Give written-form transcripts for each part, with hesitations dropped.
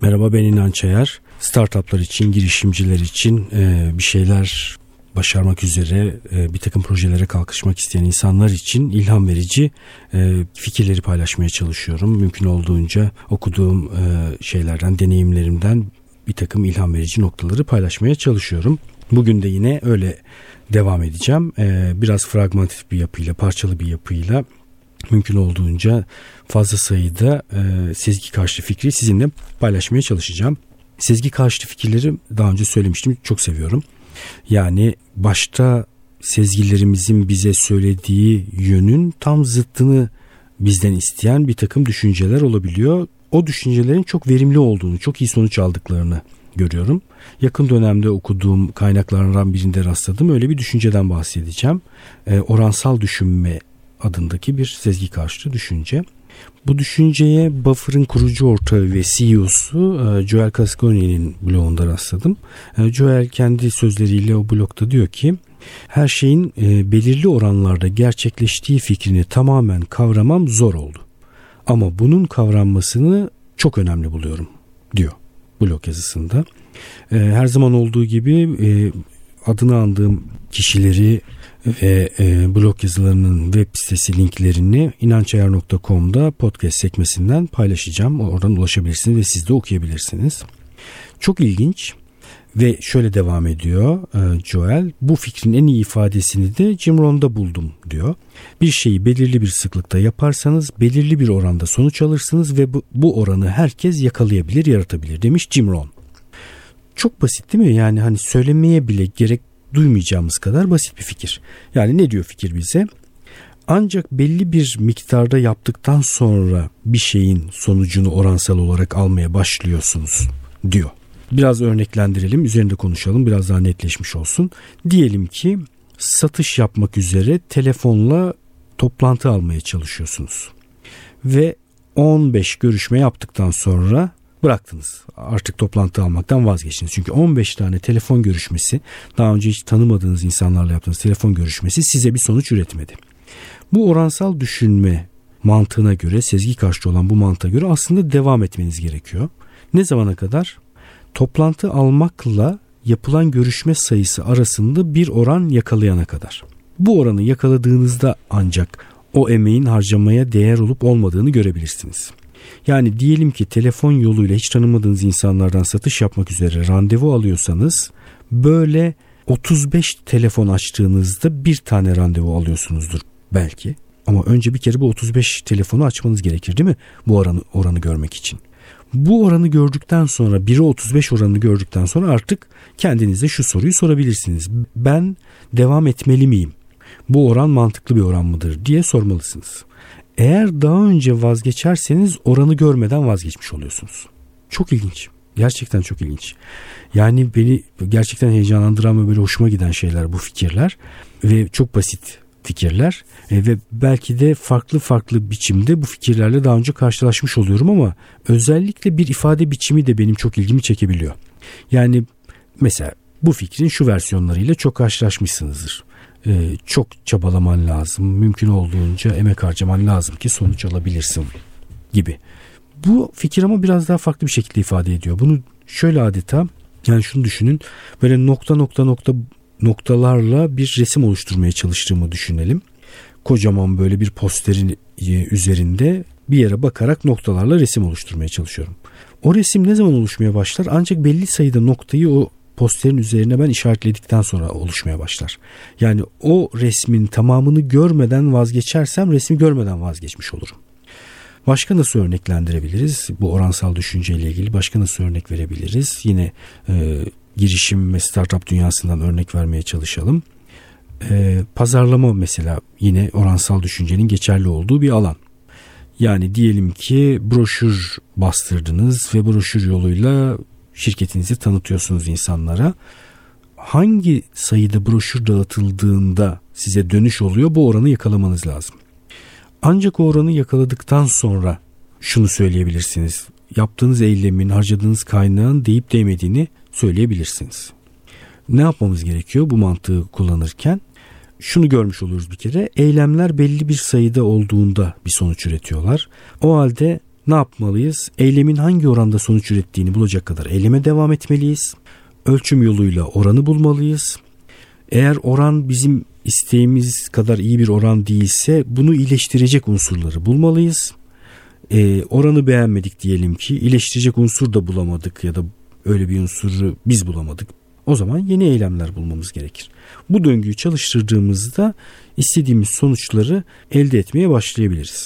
Merhaba, ben İnan Çayar. Startuplar için, girişimciler için bir şeyler başarmak üzere bir takım projelere kalkışmak isteyen insanlar için ilham verici fikirleri paylaşmaya çalışıyorum. Mümkün olduğunca okuduğum şeylerden, deneyimlerimden bir takım ilham verici noktaları paylaşmaya çalışıyorum. Bugün de yine öyle devam edeceğim. Biraz fragmentatif bir yapıyla, parçalı bir yapıyla mümkün olduğunca fazla sayıda sezgi karşıtı fikri sizinle paylaşmaya çalışacağım. Sezgi karşıtı fikirleri daha önce söylemiştim, çok seviyorum. Yani başta sezgilerimizin bize söylediği yönün tam zıttını bizden isteyen bir takım düşünceler olabiliyor. O düşüncelerin çok verimli olduğunu, çok iyi sonuç aldıklarını görüyorum. Yakın dönemde okuduğum kaynaklardan birinde rastladım. Öyle bir düşünceden bahsedeceğim. Oransal düşünme adındaki bir sezgi karşıtı düşünce. Bu düşünceye Buffer'ın kurucu ortağı ve CEO'su Joel Casconi'nin blogunda rastladım. Joel kendi sözleriyle o blogda diyor ki, her şeyin belirli oranlarda gerçekleştiği fikrini tamamen kavramam zor oldu. Ama bunun kavranmasını çok önemli buluyorum diyor blog yazısında. Her zaman olduğu gibi adını andığım kişileri ve blog yazılarının web sitesi linklerini inançayar.com'da podcast sekmesinden paylaşacağım. Oradan ulaşabilirsiniz ve siz de okuyabilirsiniz. Çok ilginç ve şöyle devam ediyor Joel. Bu fikrin en iyi ifadesini de Jim Rohn'da buldum diyor. Bir şeyi belirli bir sıklıkta yaparsanız belirli bir oranda sonuç alırsınız ve bu oranı herkes yakalayabilir, yaratabilir demiş Jim Rohn. Çok basit değil mi? Yani hani söylemeye bile gerek duymayacağımız kadar basit bir fikir. Yani ne diyor fikir bize? Ancak belli bir miktarda yaptıktan sonra bir şeyin sonucunu oransal olarak almaya başlıyorsunuz diyor. Biraz örneklendirelim, üzerinde konuşalım, biraz daha netleşmiş olsun. Diyelim ki satış yapmak üzere telefonla toplantı almaya çalışıyorsunuz. Ve 15 görüşme yaptıktan sonra bıraktınız. Artık toplantı almaktan vazgeçtiniz. Çünkü 15 tane telefon görüşmesi, daha önce hiç tanımadığınız insanlarla yaptığınız telefon görüşmesi size bir sonuç üretmedi. Bu oransal düşünme mantığına göre, sezgi karşıtı olan bu mantığa göre aslında devam etmeniz gerekiyor. Ne zamana kadar? Toplantı almakla yapılan görüşme sayısı arasında bir oran yakalayana kadar. Bu oranı yakaladığınızda ancak o emeğin harcamaya değer olup olmadığını görebilirsiniz. Yani diyelim ki telefon yoluyla hiç tanımadığınız insanlardan satış yapmak üzere randevu alıyorsanız, böyle 35 telefon açtığınızda bir tane randevu alıyorsunuzdur belki. Ama önce bir kere bu 35 telefonu açmanız gerekir değil mi? Bu oranı görmek için. Bu oranı gördükten sonra, 1'e 35 oranını gördükten sonra artık kendinize şu soruyu sorabilirsiniz. Ben devam etmeli miyim? Bu oran mantıklı bir oran mıdır diye sormalısınız. Eğer daha önce vazgeçerseniz oranı görmeden vazgeçmiş oluyorsunuz. Çok ilginç. Gerçekten çok ilginç. Yani beni gerçekten heyecanlandıran ve böyle hoşuma giden şeyler bu fikirler. Ve çok basit fikirler. Ve belki de farklı biçimde bu fikirlerle daha önce karşılaşmış oluyorum ama özellikle bir ifade biçimi de benim çok ilgimi çekebiliyor. Yani mesela bu fikrin şu versiyonlarıyla çok karşılaşmışsınızdır. Çok çabalaman lazım, mümkün olduğunca emek harcaman lazım ki sonuç alabilirsin gibi. Bu fikir ama biraz daha farklı bir şekilde ifade ediyor. Bunu şöyle adeta, yani şunu düşünün, böyle noktalarla bir resim oluşturmaya çalıştığımı düşünelim. Kocaman böyle bir posterin üzerinde bir yere bakarak noktalarla resim oluşturmaya çalışıyorum. O resim ne zaman oluşmaya başlar? Ancak belli sayıda noktayı o posterin üzerine ben işaretledikten sonra oluşmaya başlar. Yani o resmin tamamını görmeden vazgeçersem resmi görmeden vazgeçmiş olurum. Başka nasıl örneklendirebiliriz? Bu oransal düşünceyle ilgili başka nasıl örnek verebiliriz? Yine girişim ve startup dünyasından örnek vermeye çalışalım. Pazarlama mesela yine oransal düşüncenin geçerli olduğu bir alan. Yani diyelim ki broşür bastırdınız ve broşür yoluyla şirketinizi tanıtıyorsunuz insanlara. Hangi sayıda broşür dağıtıldığında size dönüş oluyor, bu oranı yakalamanız lazım. Ancak o oranı yakaladıktan sonra şunu söyleyebilirsiniz. Yaptığınız eylemin, harcadığınız kaynağın değip değmediğini söyleyebilirsiniz. Ne yapmamız gerekiyor bu mantığı kullanırken? Şunu görmüş oluruz bir kere. Eylemler belli bir sayıda olduğunda bir sonuç üretiyorlar. O halde ne yapmalıyız? Eylemin hangi oranda sonuç ürettiğini bulacak kadar eyleme devam etmeliyiz. Ölçüm yoluyla oranı bulmalıyız. Eğer oran bizim isteğimiz kadar iyi bir oran değilse bunu iyileştirecek unsurları bulmalıyız. Oranı beğenmedik diyelim ki, iyileştirecek unsur da bulamadık ya da öyle bir unsuru biz bulamadık. O zaman yeni eylemler bulmamız gerekir. Bu döngüyü çalıştırdığımızda istediğimiz sonuçları elde etmeye başlayabiliriz.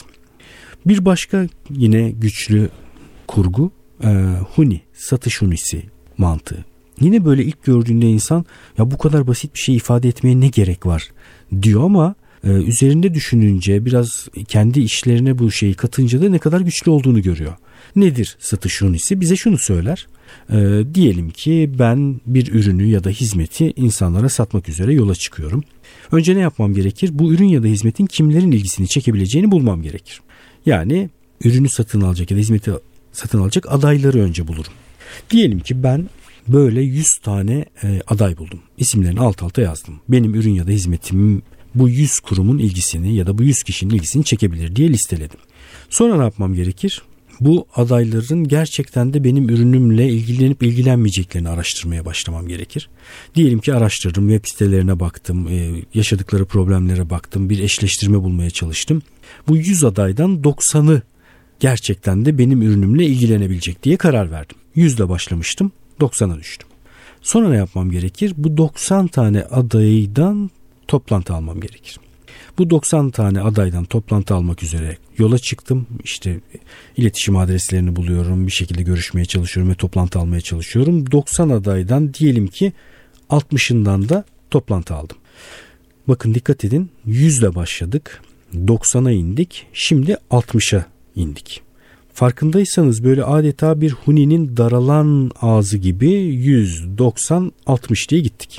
Bir başka yine güçlü kurgu huni, satış hunisi mantığı. Yine böyle ilk gördüğünde insan ya bu kadar basit bir şey ifade etmeye ne gerek var diyor ama üzerinde düşününce biraz kendi işlerine bu şeyi katınca da ne kadar güçlü olduğunu görüyor. Nedir satış hunisi? Bize şunu söyler. Diyelim ki ben bir ürünü ya da hizmeti insanlara satmak üzere yola çıkıyorum. Önce ne yapmam gerekir? Bu ürün ya da hizmetin kimlerin ilgisini çekebileceğini bulmam gerekir. Yani ürünü satın alacak ya da hizmeti satın alacak adayları önce bulurum. Diyelim ki ben böyle 100 tane aday buldum. İsimlerini alt alta yazdım. Benim ürün ya da hizmetim bu 100 kurumun ilgisini ya da bu 100 kişinin ilgisini çekebilir diye listeledim. Sonra ne yapmam gerekir? Bu adayların gerçekten de benim ürünümle ilgilenip ilgilenmeyeceklerini araştırmaya başlamam gerekir. Diyelim ki araştırdım, web sitelerine baktım, yaşadıkları problemlere baktım, bir eşleştirme bulmaya çalıştım. Bu 100 adaydan 90'ı gerçekten de benim ürünümle ilgilenebilecek diye karar verdim. 100'le başlamıştım, 90'a düştüm. Sonra ne yapmam gerekir? Bu 90 tane adaydan toplantı almam gerekir. Bu 90 tane adaydan toplantı almak üzere yola çıktım. İşte iletişim adreslerini buluyorum. Bir şekilde görüşmeye çalışıyorum ve toplantı almaya çalışıyorum. 90 adaydan diyelim ki 60'ından da toplantı aldım. Bakın dikkat edin, 100'le başladık. 90'a indik. Şimdi 60'a indik. Farkındaysanız böyle adeta bir huninin daralan ağzı gibi 100, 90, 60 diye gittik.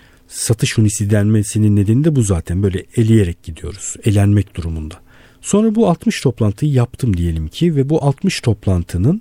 Satış hunisi denmesinin nedeni de bu zaten. Böyle eleyerek gidiyoruz. Elenmek durumunda. Sonra bu 60 toplantıyı yaptım diyelim ki ve bu 60 toplantının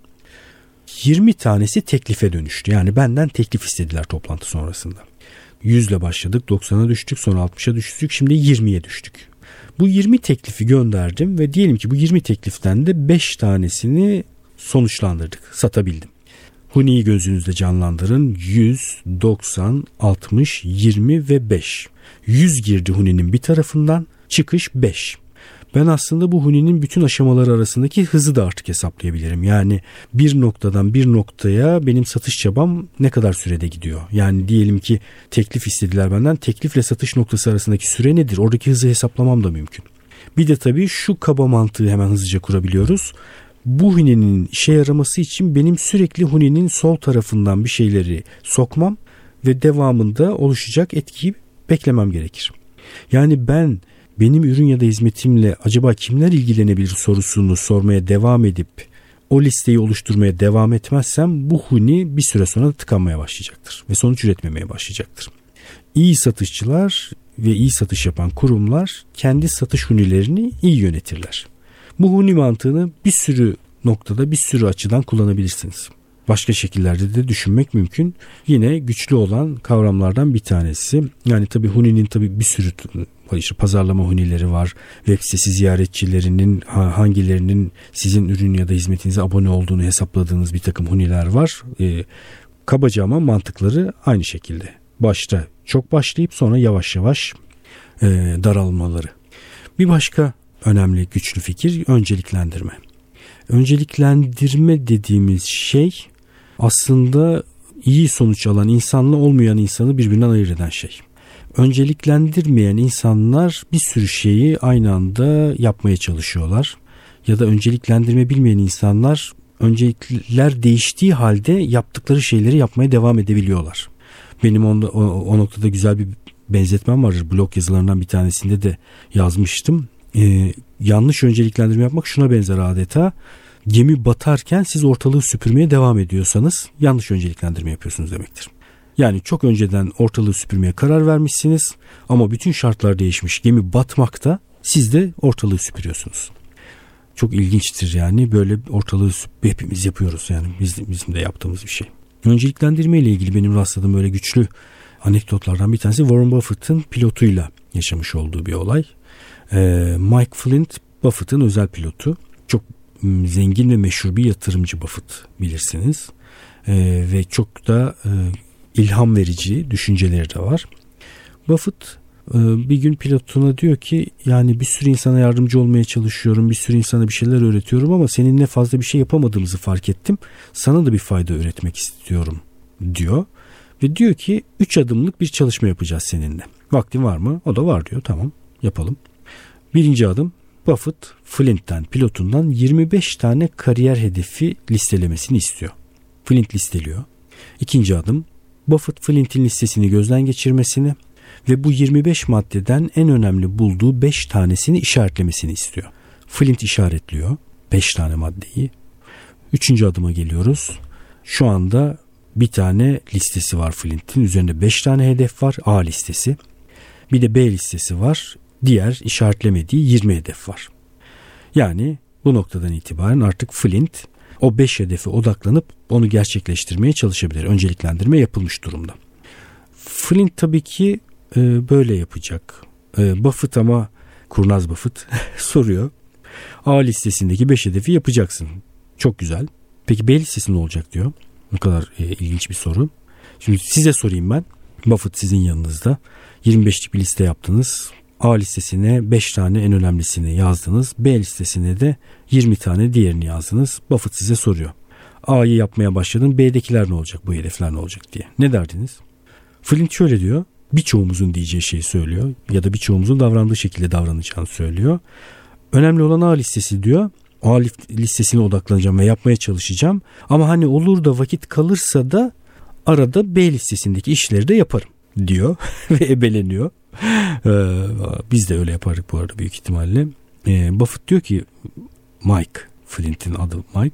20 tanesi teklife dönüştü. Yani benden teklif istediler toplantı sonrasında. 100'le başladık, 90'a düştük, sonra 60'a düştük, şimdi 20'ye düştük. Bu 20 teklifi gönderdim ve diyelim ki bu 20 tekliften de 5 tanesini sonuçlandırdık, satabildim. Huni'yi gözünüzde canlandırın. 100, 90, 60, 20 ve 5. 100 girdi Huni'nin bir tarafından, çıkış 5. Ben aslında bu Huni'nin bütün aşamaları arasındaki hızı da artık hesaplayabilirim. Yani bir noktadan bir noktaya benim satış çabam ne kadar sürede gidiyor? Yani diyelim ki teklif istediler benden. Teklifle satış noktası arasındaki süre nedir? Oradaki hızı hesaplamam da mümkün. Bir de tabii şu kaba mantığı hemen hızlıca kurabiliyoruz. Bu Huni'nin işe yaraması için benim sürekli Huni'nin sol tarafından bir şeyleri sokmam ve devamında oluşacak etkiyi beklemem gerekir. Yani benim ürün ya da hizmetimle acaba kimler ilgilenebilir sorusunu sormaya devam edip o listeyi oluşturmaya devam etmezsem bu Huni bir süre sonra tıkanmaya başlayacaktır ve sonuç üretmemeye başlayacaktır. İyi satışçılar ve iyi satış yapan kurumlar kendi satış Hunilerini iyi yönetirler. Bu Huni mantığını bir sürü noktada, bir sürü açıdan kullanabilirsiniz. Başka şekillerde de düşünmek mümkün. Yine güçlü olan kavramlardan bir tanesi. Yani tabii Huni'nin tabii bir sürü işte pazarlama Hunileri var. Web sitesi ziyaretçilerinin hangilerinin sizin ürün ya da hizmetinize abone olduğunu hesapladığınız bir takım Huniler var. Kabaca ama mantıkları aynı şekilde. Başta çok başlayıp sonra yavaş yavaş daralmaları. Bir başka önemli güçlü fikir önceliklendirme. Önceliklendirme dediğimiz şey aslında iyi sonuç alan insanla olmayan insanı birbirinden ayırt eden şey. Önceliklendirmeyen insanlar bir sürü şeyi aynı anda yapmaya çalışıyorlar. Ya da önceliklendirme bilmeyen insanlar öncelikler değiştiği halde yaptıkları şeyleri yapmaya devam edebiliyorlar. Benim o noktada güzel bir benzetmem vardır. Blog yazılarından bir tanesinde de yazmıştım. Yanlış önceliklendirme yapmak şuna benzer adeta. Gemi batarken siz ortalığı süpürmeye devam ediyorsanız yanlış önceliklendirme yapıyorsunuz demektir. Yani çok önceden ortalığı süpürmeye karar vermişsiniz ama bütün şartlar değişmiş. Gemi batmakta, siz de ortalığı süpürüyorsunuz. Çok ilginçtir yani, böyle ortalığı hepimiz yapıyoruz yani bizim de yaptığımız bir şey. Önceliklendirme ile ilgili benim rastladığım böyle güçlü anekdotlardan bir tanesi Warren Buffett'ın pilotuyla yaşamış olduğu bir olay. Mike Flint Buffett'ın özel pilotu. Çok zengin ve meşhur bir yatırımcı Buffett, bilirsiniz. Ve çok da ilham verici düşünceleri de var. Buffett bir gün pilotuna diyor ki yani bir sürü insana yardımcı olmaya çalışıyorum, bir sürü insana bir şeyler öğretiyorum ama seninle fazla bir şey yapamadığımızı fark ettim. Sana da bir fayda öğretmek istiyorum diyor. Ve diyor ki 3 adımlık bir çalışma yapacağız seninle. Vaktin var mı? O da var diyor. Tamam, yapalım. Birinci adım, Buffett Flint'ten, pilotundan 25 tane kariyer hedefi listelemesini istiyor. Flint listeliyor. İkinci adım, Buffett Flint'in listesini gözden geçirmesini ve bu 25 maddeden en önemli bulduğu 5 tanesini işaretlemesini istiyor. Flint işaretliyor 5 tane maddeyi. Üçüncü adıma geliyoruz. Şu anda bir tane listesi var Flint'in. Üzerinde 5 tane hedef var. A listesi. Bir de B listesi var. Diğer işaretlemediği 20 hedef var. Yani bu noktadan itibaren artık Flint o 5 hedefe odaklanıp onu gerçekleştirmeye çalışabilir. Önceliklendirme yapılmış durumda. Flint tabii ki böyle yapacak. Buffett ama kurnaz Buffett soruyor. A listesindeki 5 hedefi yapacaksın. Çok güzel. Peki B listesi ne olacak diyor. Bu kadar ilginç bir soru. Şimdi size sorayım ben. Buffett sizin yanınızda. 25'lik bir liste yaptınız. A listesine 5 tane en önemlisini yazdınız. B listesine de 20 tane diğerini yazdınız. Buffett size soruyor. A'yı yapmaya başladın. B'dekiler ne olacak? Bu hedefler ne olacak diye. Ne derdiniz? Flint şöyle diyor. Birçoğumuzun diyeceği şeyi söylüyor. Ya da birçoğumuzun davrandığı şekilde davranacağını söylüyor. Önemli olan A listesi diyor. A listesine odaklanacağım ve yapmaya çalışacağım. Ama hani olur da vakit kalırsa da arada B listesindeki işleri de yaparım diyor ve ebeleniyor. Biz de öyle yapardık bu arada büyük ihtimalle. Buffett diyor ki Mike, Flint'in adı Mike.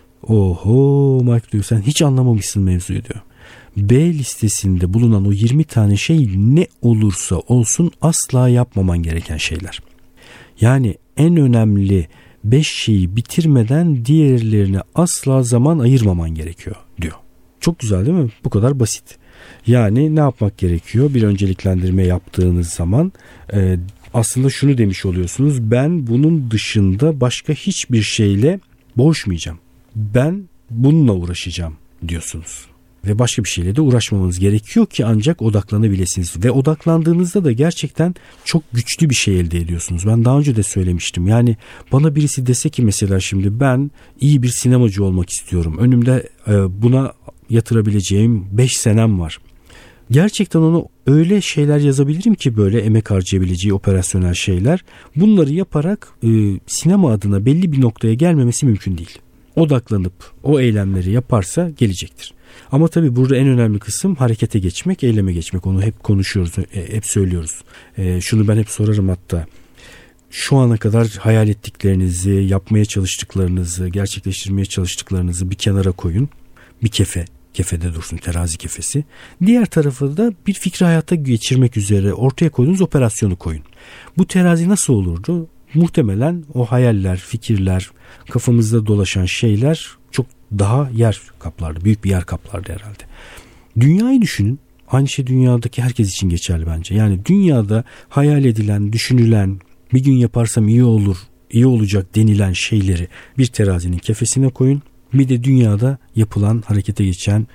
Oho Mike diyor, sen hiç anlamamışsın mevzuyu diyor. B listesinde bulunan o 20 tane şey ne olursa olsun asla yapmaman gereken şeyler. Yani en önemli 5 şeyi bitirmeden diğerlerine asla zaman ayırmaman gerekiyor diyor. Çok güzel değil mi? Bu kadar basit. Yani ne yapmak gerekiyor? Bir önceliklendirme yaptığınız zaman aslında şunu demiş oluyorsunuz. Ben bunun dışında başka hiçbir şeyle boğuşmayacağım. Ben bununla uğraşacağım diyorsunuz. Ve başka bir şeyle de uğraşmamanız gerekiyor ki ancak odaklanabilirsiniz. Ve odaklandığınızda da gerçekten çok güçlü bir şey elde ediyorsunuz. Ben daha önce de söylemiştim. Yani bana birisi dese ki mesela şimdi ben iyi bir sinemacı olmak istiyorum. Önümde buna yatırabileceğim 5 senem var. Gerçekten onu öyle şeyler yazabilirim ki böyle emek harcayabileceği operasyonel şeyler. Bunları yaparak sinema adına belli bir noktaya gelmemesi mümkün değil. Odaklanıp o eylemleri yaparsa gelecektir. Ama tabii burada en önemli kısım harekete geçmek, eyleme geçmek. Onu hep konuşuyoruz, hep söylüyoruz. Şunu ben hep sorarım hatta. Şu ana kadar hayal ettiklerinizi, yapmaya çalıştıklarınızı, gerçekleştirmeye çalıştıklarınızı bir kenara koyun. Bir kefede dursun, terazi kefesi. Diğer tarafa da bir fikri hayata geçirmek üzere ortaya koyduğunuz operasyonu koyun. Bu terazi nasıl olurdu? Muhtemelen o hayaller, fikirler, kafamızda dolaşan şeyler çok daha yer kaplardı. Büyük bir yer kaplardı herhalde. Dünyayı düşünün. Aynı şey dünyadaki herkes için geçerli bence. Yani dünyada hayal edilen, düşünülen, bir gün yaparsam iyi olur, iyi olacak denilen şeyleri bir terazinin kefesine koyun. Bir de dünyada yapılan, harekete geçen,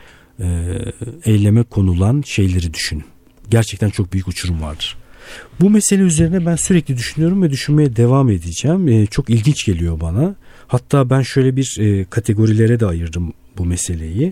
eyleme konulan şeyleri düşünün. Gerçekten çok büyük uçurum vardır. Bu mesele üzerine ben sürekli düşünüyorum ve düşünmeye devam edeceğim. Çok ilginç geliyor bana. Hatta ben şöyle bir kategorilere de ayırdım bu meseleyi.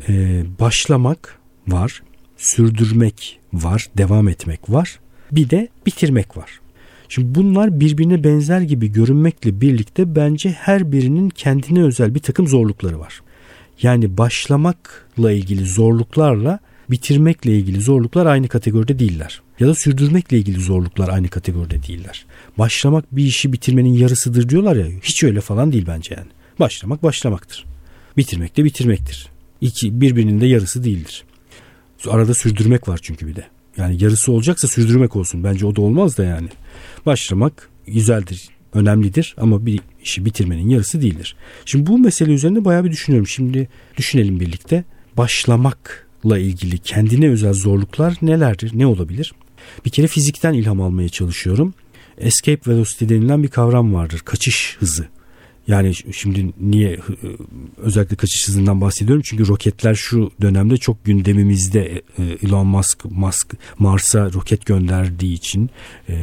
Başlamak var, sürdürmek var, devam etmek var. Bir de bitirmek var. Şimdi bunlar birbirine benzer gibi görünmekle birlikte bence her birinin kendine özel bir takım zorlukları var. Yani başlamakla ilgili zorluklarla bitirmekle ilgili zorluklar aynı kategoride değiller. Ya da sürdürmekle ilgili zorluklar aynı kategoride değiller. Başlamak bir işi bitirmenin yarısıdır diyorlar ya. Hiç öyle falan değil bence yani. Başlamak başlamaktır. Bitirmek de bitirmektir. Birbirinin de yarısı değildir. Arada sürdürmek var çünkü bir de. Yani yarısı olacaksa sürdürmek olsun. Bence o da olmaz da yani. Başlamak güzeldir, önemlidir ama bir işi bitirmenin yarısı değildir. Şimdi bu mesele üzerinde bayağı bir düşünüyorum. Şimdi düşünelim birlikte. Başlamakla ilgili kendine özel zorluklar nelerdir, ne olabilir? Bir kere fizikten ilham almaya çalışıyorum. Escape velocity denilen bir kavram vardır. Kaçış hızı. Yani şimdi niye özellikle kaçış hızından bahsediyorum? Çünkü roketler şu dönemde çok gündemimizde. Elon Musk Mars'a roket gönderdiği için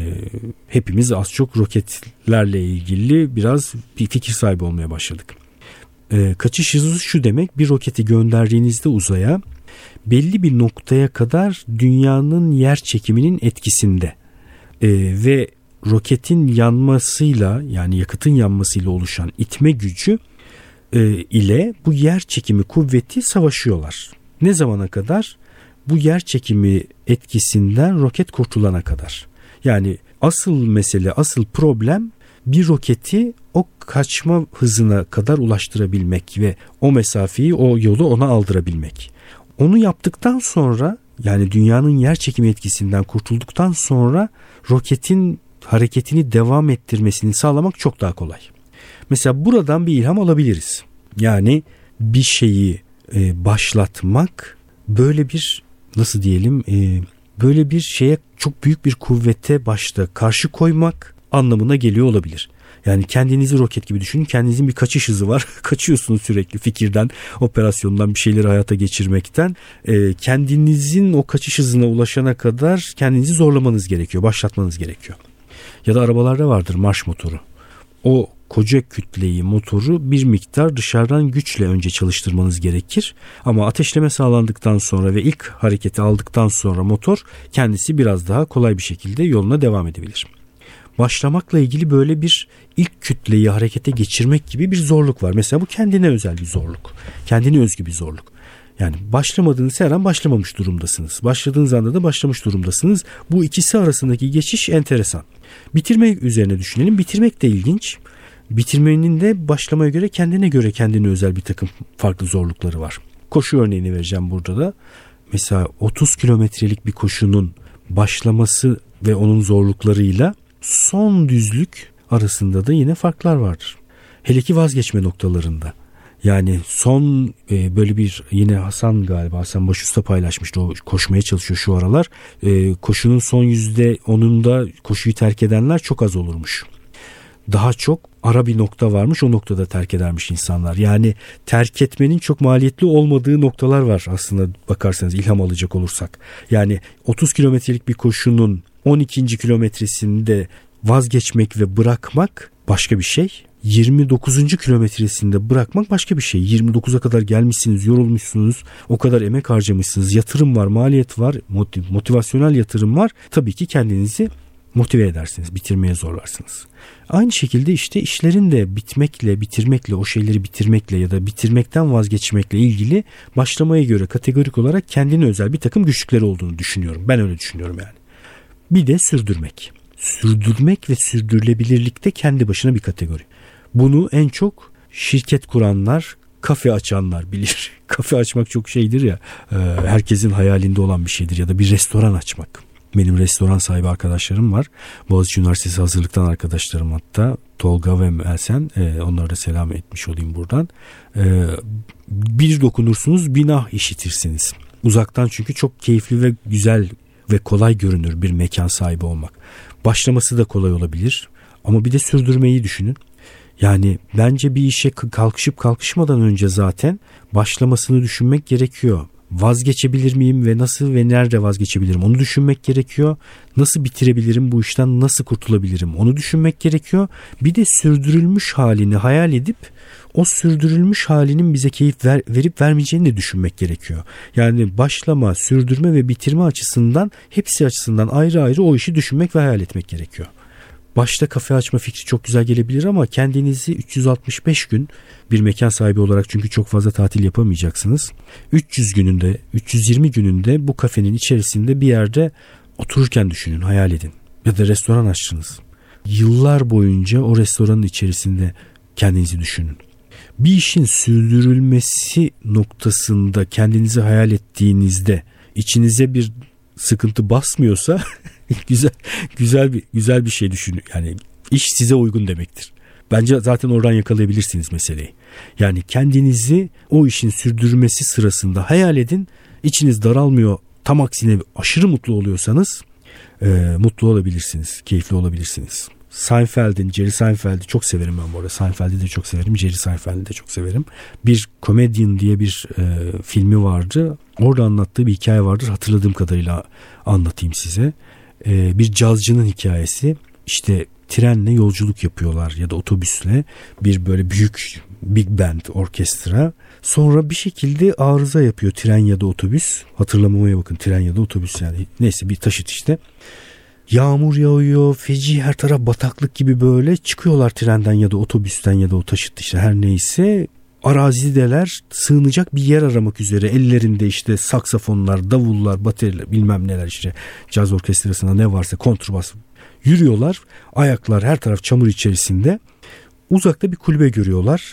hepimiz az çok roketlerle ilgili biraz bir fikir sahibi olmaya başladık. Kaçış hızı şu demek: bir roketi gönderdiğinizde uzaya belli bir noktaya kadar dünyanın yer çekiminin etkisinde ve roketin yanmasıyla, yani yakıtın yanmasıyla oluşan itme gücü ile bu yer çekimi kuvveti savaşıyorlar. Ne zamana kadar? Bu yer çekimi etkisinden roket kurtulana kadar. Yani asıl mesele, asıl problem bir roketi o kaçma hızına kadar ulaştırabilmek ve o mesafeyi, o yolu ona aldırabilmek. Onu yaptıktan sonra, yani dünyanın yer çekimi etkisinden kurtulduktan sonra roketin hareketini devam ettirmesini sağlamak çok daha kolay. Mesela buradan bir ilham alabiliriz. Yani bir şeyi başlatmak, böyle bir, nasıl diyelim, böyle bir şeye çok büyük bir kuvvete başta karşı koymak anlamına geliyor olabilir. Yani kendinizi roket gibi düşünün. Kendinizin bir kaçış hızı var. Kaçıyorsunuz sürekli fikirden, operasyondan, bir şeyleri hayata geçirmekten. Kendinizin o kaçış hızına ulaşana kadar kendinizi zorlamanız gerekiyor. Başlatmanız gerekiyor. Ya da arabalarda vardır marş motoru. O koca kütleyi, motoru bir miktar dışarıdan güçle önce çalıştırmanız gerekir. Ama ateşleme sağlandıktan sonra ve ilk hareketi aldıktan sonra motor kendisi biraz daha kolay bir şekilde yoluna devam edebilir. Başlamakla ilgili böyle bir ilk kütleyi harekete geçirmek gibi bir zorluk var. Mesela bu kendine özel bir zorluk. Kendine özgü bir zorluk. Yani başlamadığınız her an başlamamış durumdasınız. Başladığınız anda da başlamış durumdasınız. Bu ikisi arasındaki geçiş enteresan. Bitirmek üzerine düşünelim. Bitirmek de ilginç. Bitirmenin de başlamaya göre, kendine özel bir takım farklı zorlukları var. Koşu örneğini vereceğim burada da. Mesela 30 kilometrelik bir koşunun başlaması ve onun zorluklarıyla son düzlük arasında da yine farklar vardır. Hele ki vazgeçme noktalarında. Yani son böyle bir, yine Hasan Başusta paylaşmıştı. O koşmaya çalışıyor şu aralar. Koşunun son %10'unda koşuyu terk edenler çok az olurmuş. Daha çok ara bir nokta varmış, o noktada terk edermiş insanlar. Yani terk etmenin çok maliyetli olmadığı noktalar var aslında bakarsanız, ilham alacak olursak. Yani 30 kilometrelik bir koşunun 12. kilometresinde vazgeçmek ve bırakmak başka bir şey. 29. kilometresinde bırakmak başka bir şey. 29'a kadar gelmişsiniz, yorulmuşsunuz, o kadar emek harcamışsınız, yatırım var, maliyet var, motivasyonel yatırım var. Tabii ki kendinizi motive edersiniz, bitirmeye zorlarsınız. Aynı şekilde işte işlerin de bitirmekle, o şeyleri bitirmekle ya da bitirmekten vazgeçmekle ilgili başlamaya göre kategorik olarak kendine özel bir takım güçlükleri olduğunu düşünüyorum. Ben öyle düşünüyorum yani. Bir de sürdürmek. Sürdürmek ve sürdürülebilirlik de kendi başına bir kategori. Bunu en çok şirket kuranlar, kafe açanlar bilir. Kafe açmak çok şeydir ya, herkesin hayalinde olan bir şeydir, ya da bir restoran açmak. Benim restoran sahibi arkadaşlarım var. Boğaziçi Üniversitesi hazırlıktan arkadaşlarım hatta. Tolga ve Melsen. Onlara da selam etmiş olayım buradan. Bir dokunursunuz, binah işitirsiniz. Uzaktan, çünkü çok keyifli ve güzel ve kolay görünür bir mekan sahibi olmak. Başlaması da kolay olabilir. Ama bir de sürdürmeyi düşünün. Yani bence bir işe kalkışıp kalkışmadan önce zaten başlamasını düşünmek gerekiyor. Vazgeçebilir miyim ve nasıl ve nerede vazgeçebilirim onu düşünmek gerekiyor. Nasıl bitirebilirim, bu işten nasıl kurtulabilirim onu düşünmek gerekiyor. Bir de sürdürülmüş halini hayal edip o sürdürülmüş halinin bize keyif verip vermeyeceğini de düşünmek gerekiyor. Yani başlama, sürdürme ve bitirme açısından, hepsi açısından ayrı ayrı o işi düşünmek ve hayal etmek gerekiyor. Başta kafe açma fikri çok güzel gelebilir ama kendinizi 365 gün bir mekan sahibi olarak, çünkü çok fazla tatil yapamayacaksınız. 300 gününde, 320 gününde bu kafenin içerisinde bir yerde otururken düşünün, hayal edin. Ya da restoran açtınız. Yıllar boyunca o restoranın içerisinde kendinizi düşünün. Bir işin sürdürülmesi noktasında kendinizi hayal ettiğinizde içinize bir sıkıntı basmıyorsa güzel bir şey düşünün. Yani iş size uygun demektir. Bence zaten oradan yakalayabilirsiniz meseleyi. Yani kendinizi o işin sürdürmesi sırasında hayal edin. İçiniz daralmıyor. Tam aksine aşırı mutlu oluyorsanız mutlu olabilirsiniz. Keyifli olabilirsiniz. Jerry Seinfeld'i çok severim ben bu arada. Seinfeld'i de çok severim. Jerry Seinfeld'i de çok severim. Bir Comedian diye bir filmi vardı. Orada anlattığı bir hikaye vardır. Hatırladığım kadarıyla anlatayım size. Bir cazcının hikayesi. İşte trenle yolculuk yapıyorlar ya da otobüsle. Bir böyle büyük big band orkestra. Sonra bir şekilde arıza yapıyor tren ya da otobüs. Hatırlamamaya bakın, tren ya da otobüs yani. Neyse bir taşıt işte. Yağmur yağıyor, feci, her taraf bataklık gibi böyle. Çıkıyorlar trenden ya da otobüsten ya da o taşıt işte her neyse. Arazideler, sığınacak bir yer aramak üzere. Ellerinde işte saksafonlar, davullar, bateriler, bilmem neler işte. Caz orkestrasında ne varsa, kontrbas. Yürüyorlar. Ayaklar, her taraf çamur içerisinde. Uzakta bir kulübe görüyorlar.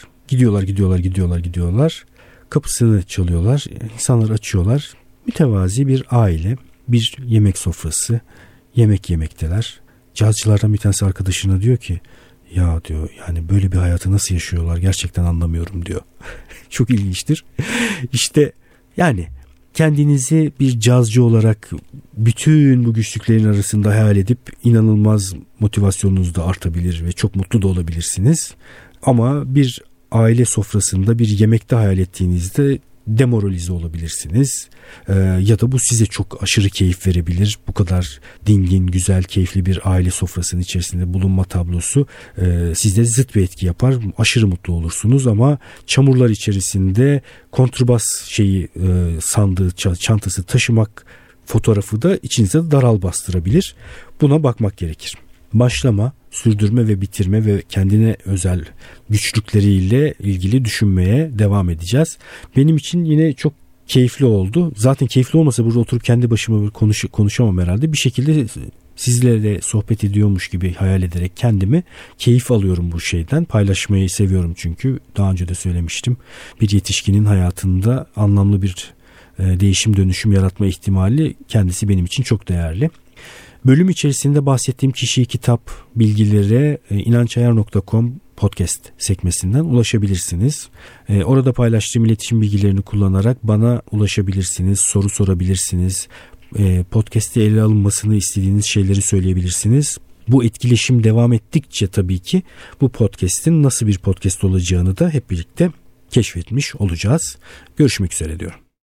Gidiyorlar. Kapısını çalıyorlar. İnsanlar açıyorlar. Mütevazi bir aile, bir yemek sofrası. Yemek yemekteler. Cazcılardan bir tanesi arkadaşına diyor ki, ya diyor, yani böyle bir hayatı nasıl yaşıyorlar gerçekten anlamıyorum diyor. Çok ilginçtir. İşte yani kendinizi bir cazcı olarak bütün bu güçlüklerin arasında hayal edip inanılmaz motivasyonunuz da artabilir ve çok mutlu da olabilirsiniz. Ama bir aile sofrasında bir yemekte hayal ettiğinizde demoralize olabilirsiniz. Ya da bu size çok aşırı keyif verebilir. Bu kadar dingin, güzel, keyifli bir aile sofrasının içerisinde bulunma tablosu sizde zıt bir etki yapar. Aşırı mutlu olursunuz ama çamurlar içerisinde kontrbas sandığı, çantası taşımak fotoğrafı da içinize daral bastırabilir. Buna bakmak gerekir. Başlama, sürdürme ve bitirme ve kendine özel güçlükleriyle ilgili düşünmeye devam edeceğiz. Benim için yine çok keyifli oldu. Zaten keyifli olmasa burada oturup kendi başıma konuşamam herhalde. Bir şekilde sizlerle sohbet ediyormuş gibi hayal ederek kendimi keyif alıyorum bu şeyden. Paylaşmayı seviyorum çünkü daha önce de söylemiştim. Bir yetişkinin hayatında anlamlı bir değişim dönüşüm yaratma ihtimali kendisi benim için çok değerli. Bölüm içerisinde bahsettiğim kişi, kitap, bilgilere inançayar.com podcast sekmesinden ulaşabilirsiniz. Orada paylaştığım iletişim bilgilerini kullanarak bana ulaşabilirsiniz, soru sorabilirsiniz. Podcast'te ele alınmasını istediğiniz şeyleri söyleyebilirsiniz. Bu etkileşim devam ettikçe tabii ki bu podcast'in nasıl bir podcast olacağını da hep birlikte keşfetmiş olacağız. Görüşmek üzere diyorum.